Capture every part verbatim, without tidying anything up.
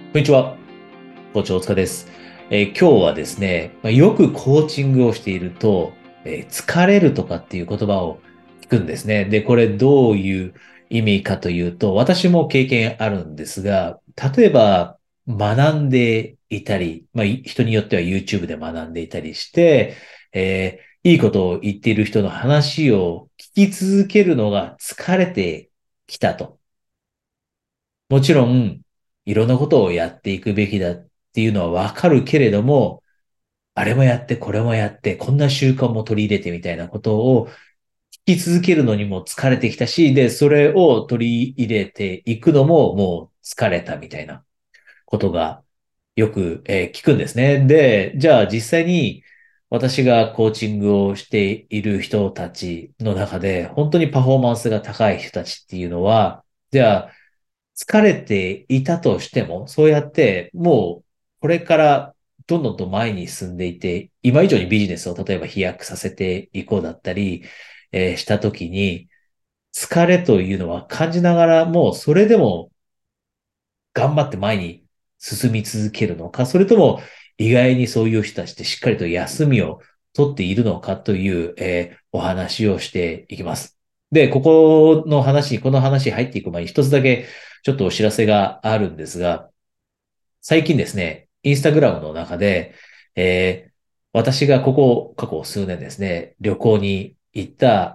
こんにちは、コーチ大塚です。えー今日はですね、まあ、よくコーチングをしていると、えー疲れるとかっていう言葉を聞くんですね。で、これどういう意味かというと、私も経験あるんですが、例えば学んでいたり、まあ、い人によっては YouTube で学んでいたりして、えーいいことを言っている人の話を聞き続けるのが疲れてきたと。もちろん、いろんなことをやっていくべきだっていうのはわかるけれども、あれもやって、これもやって、こんな習慣も取り入れてみたいなことを聞き続けるのにも疲れてきたし、で、それを取り入れていくのももう疲れたみたいなことがよく、えー聞くんですね。で、じゃあ実際に私がコーチングをしている人たちの中で、本当にパフォーマンスが高い人たちっていうのは、じゃあ疲れていたとしても、そうやってもうこれからどんどんと前に進んでいて、今以上にビジネスを例えば飛躍させていこうだったり、えーしたときに、疲れというのは感じながらも、それでも頑張って前に進み続けるのか、それとも意外にそういう人たちってしっかりと休みを取っているのかという、えーお話をしていきます。で、ここの話、この話に入っていく前に一つだけちょっとお知らせがあるんですが、最近ですね、インスタグラムの中で、えー私がここ過去数年ですね、旅行に行った、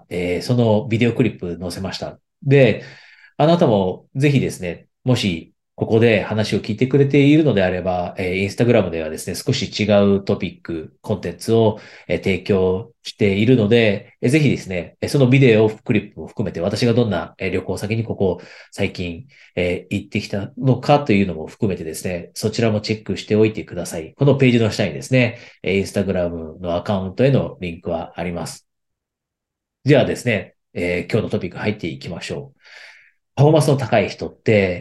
えーそのビデオクリップ載せました。で、あなたもぜひですね、もしここで話を聞いてくれているのであれば、えーインスタグラムではですね、少し違うトピック、コンテンツを、えー提供しているので、えーぜひですね、えーそのビデオクリップを含めて私がどんな、えー旅行先にここ最近、えー行ってきたのかというのも含めてですね、そちらもチェックしておいてください。このページの下にですね、えーインスタグラムのアカウントへのリンクはあります。じゃあですね、えー今日のトピック入っていきましょう。パフォーマンスの高い人って、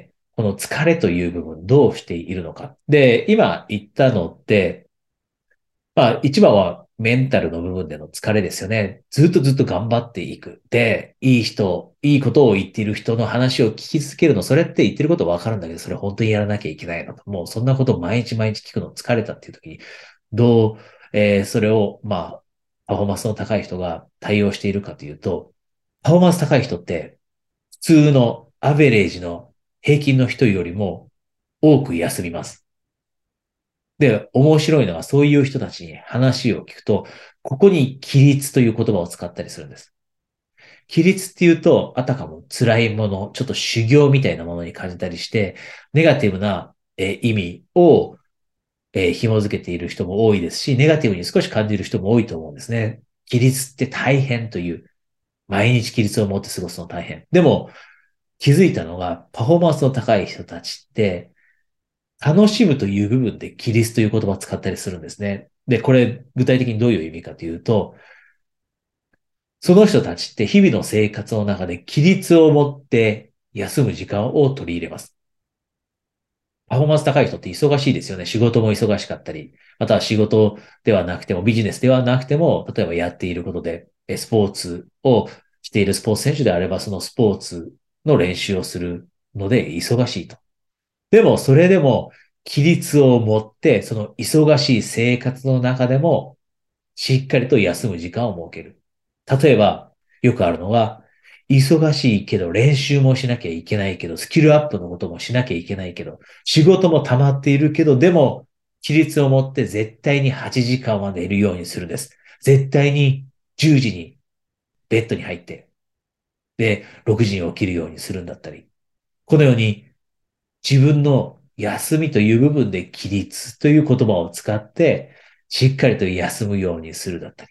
この疲れという部分どうしているのか。で、今言ったのって、まあ一番はメンタルの部分での疲れですよね。ずっとずっと頑張っていく。で、いい人、いいことを言っている人の話を聞き続けるの、それって言ってることわかるんだけど、それ本当にやらなきゃいけないのと。もうそんなことを毎日毎日聞くの疲れたっていう時に、どう、えーそれを、まあ、パフォーマンスの高い人が対応しているかというと、パフォーマンス高い人って、普通のアベレージの平均の人よりも多く休みます。で、面白いのはそういう人たちに話を聞くと、ここに規律という言葉を使ったりするんです。規律っていうと、あたかも辛いもの、ちょっと修行みたいなものに感じたりして、ネガティブな、えー意味を、えー紐づけている人も多いですし、ネガティブに少し感じる人も多いと思うんですね。規律って大変という、毎日規律を持って過ごすの大変。でも、気づいたのが、パフォーマンスの高い人たちって、楽しむという部分で規律という言葉を使ったりするんですね。で、これ具体的にどういう意味かというと、その人たちって日々の生活の中で規律を持って休む時間を取り入れます。パフォーマンス高い人って忙しいですよね。仕事も忙しかったり、または仕事ではなくてもビジネスではなくても、例えばやっていることで、えスポーツをしているスポーツ選手であれば、そのスポーツの練習をするので忙しいと。でも、それでも、規律を持って、その忙しい生活の中でも、しっかりと休む時間を設ける。例えば、よくあるのは、忙しいけど練習もしなきゃいけないけど、スキルアップのこともしなきゃいけないけど、仕事も溜まっているけど、でも、規律を持って絶対にはちじかんは寝るようにするんです。絶対にじゅうじにベッドに入って、で、ろくじに起きるようにするんだったり、このように自分の休みという部分で規律という言葉を使って、しっかりと休むようにするだったり、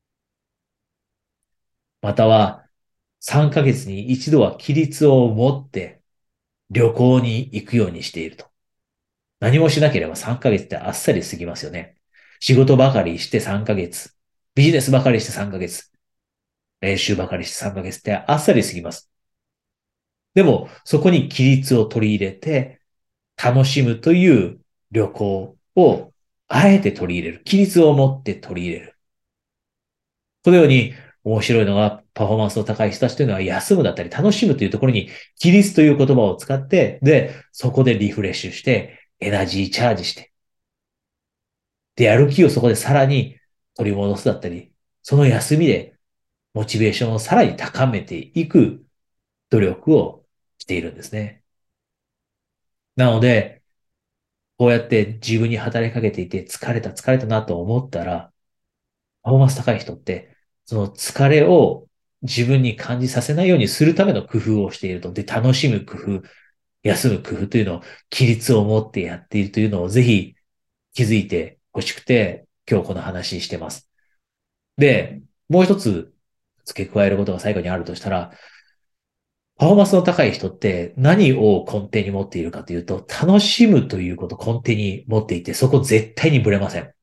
またはさんかげつに一度は規律を持って旅行に行くようにしていると。何もしなければさんかげつってあっさり過ぎますよね。仕事ばかりしてさんかげつ、ビジネスばかりしてさんかげつ、練習ばかりしてさんかげつってあっさり過ぎます。でも、そこに規律を取り入れて、楽しむという旅行をあえて取り入れる。規律を持って取り入れる。このように面白いのがパフォーマンスの高い人たちというのは休むだったり楽しむというところに規律という言葉を使って、で、そこでリフレッシュしてエナジーチャージして、で、やる気をそこでさらに取り戻すだったり、その休みでモチベーションをさらに高めていく努力をしているんですね。なので、こうやって自分に働きかけていて疲れた疲れたなと思ったら、パフォーマンス高い人って、その疲れを自分に感じさせないようにするための工夫をしていると。で、楽しむ工夫、休む工夫というのを、規律を持ってやっているというのをぜひ気づいてほしくて、今日この話してます。で、もう一つ付け加えることが最後にあるとしたら、パフォーマンスの高い人って何を根底に持っているかというと、楽しむということを根底に持っていて、そこ絶対にぶれません。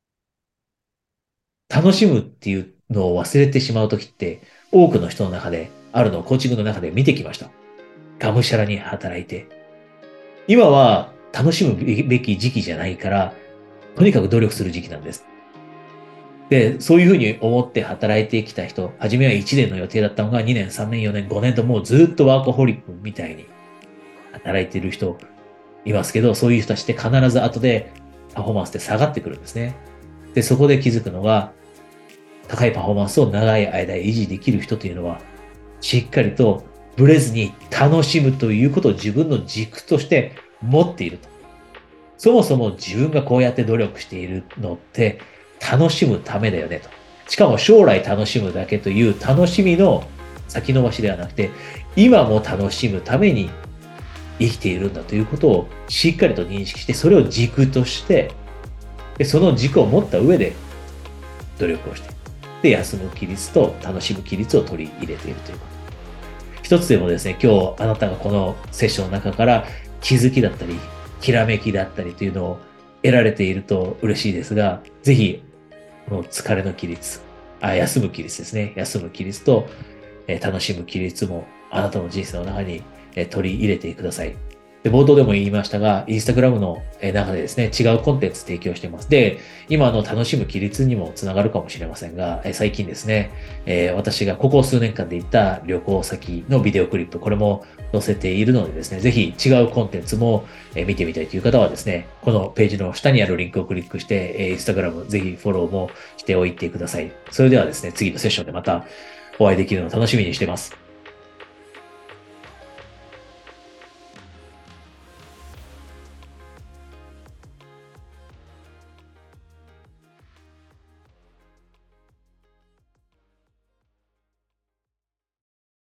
楽しむっていうのを忘れてしまうときって、多くの人の中で、あるのをコーチングの中で見てきました。がむしゃらに働いて。今は楽しむべき時期じゃないから、とにかく努力する時期なんです。で、そういうふうに思って働いてきた人、初めはいちねんの予定だったのがにねん、さんねん、よねん、ごねんともうずっとワーコホリックみたいに働いている人いますけど、そういう人たちって必ず後でパフォーマンスって下がってくるんですね。で、そこで気づくのが、高いパフォーマンスを長い間維持できる人というのは、しっかりとブレずに楽しむということを自分の軸として持っていると。そもそも自分がこうやって努力しているのって楽しむためだよねと。しかも将来楽しむだけという楽しみの先延ばしではなくて、今も楽しむために生きているんだということをしっかりと認識して、それを軸として、でその軸を持った上で努力をして、で、休む規律と楽しむ規律を取り入れているということ。一つでもですね、今日あなたがこのセッションの中から気づきだったり、ひらめきだったりというのを得られていると嬉しいですが、ぜひ、この疲れの規律、あ、休む規律ですね。休む規律と、えー楽しむ規律もあなたの人生の中に、えー取り入れてください。で、冒頭でも言いましたが、インスタグラムのえー中でですね、違うコンテンツ提供しています。で、今の楽しむ規律にもつながるかもしれませんが、えー最近ですね、えー私がここ数年間で行った旅行先のビデオクリップ、これも載せているのでですね、ぜひ違うコンテンツもえー見てみたいという方はですね、このページの下にあるリンクをクリックして、えーインスタグラムぜひフォローもしておいてください。それではですね、次のセッションでまたお会いできるのを楽しみにしています。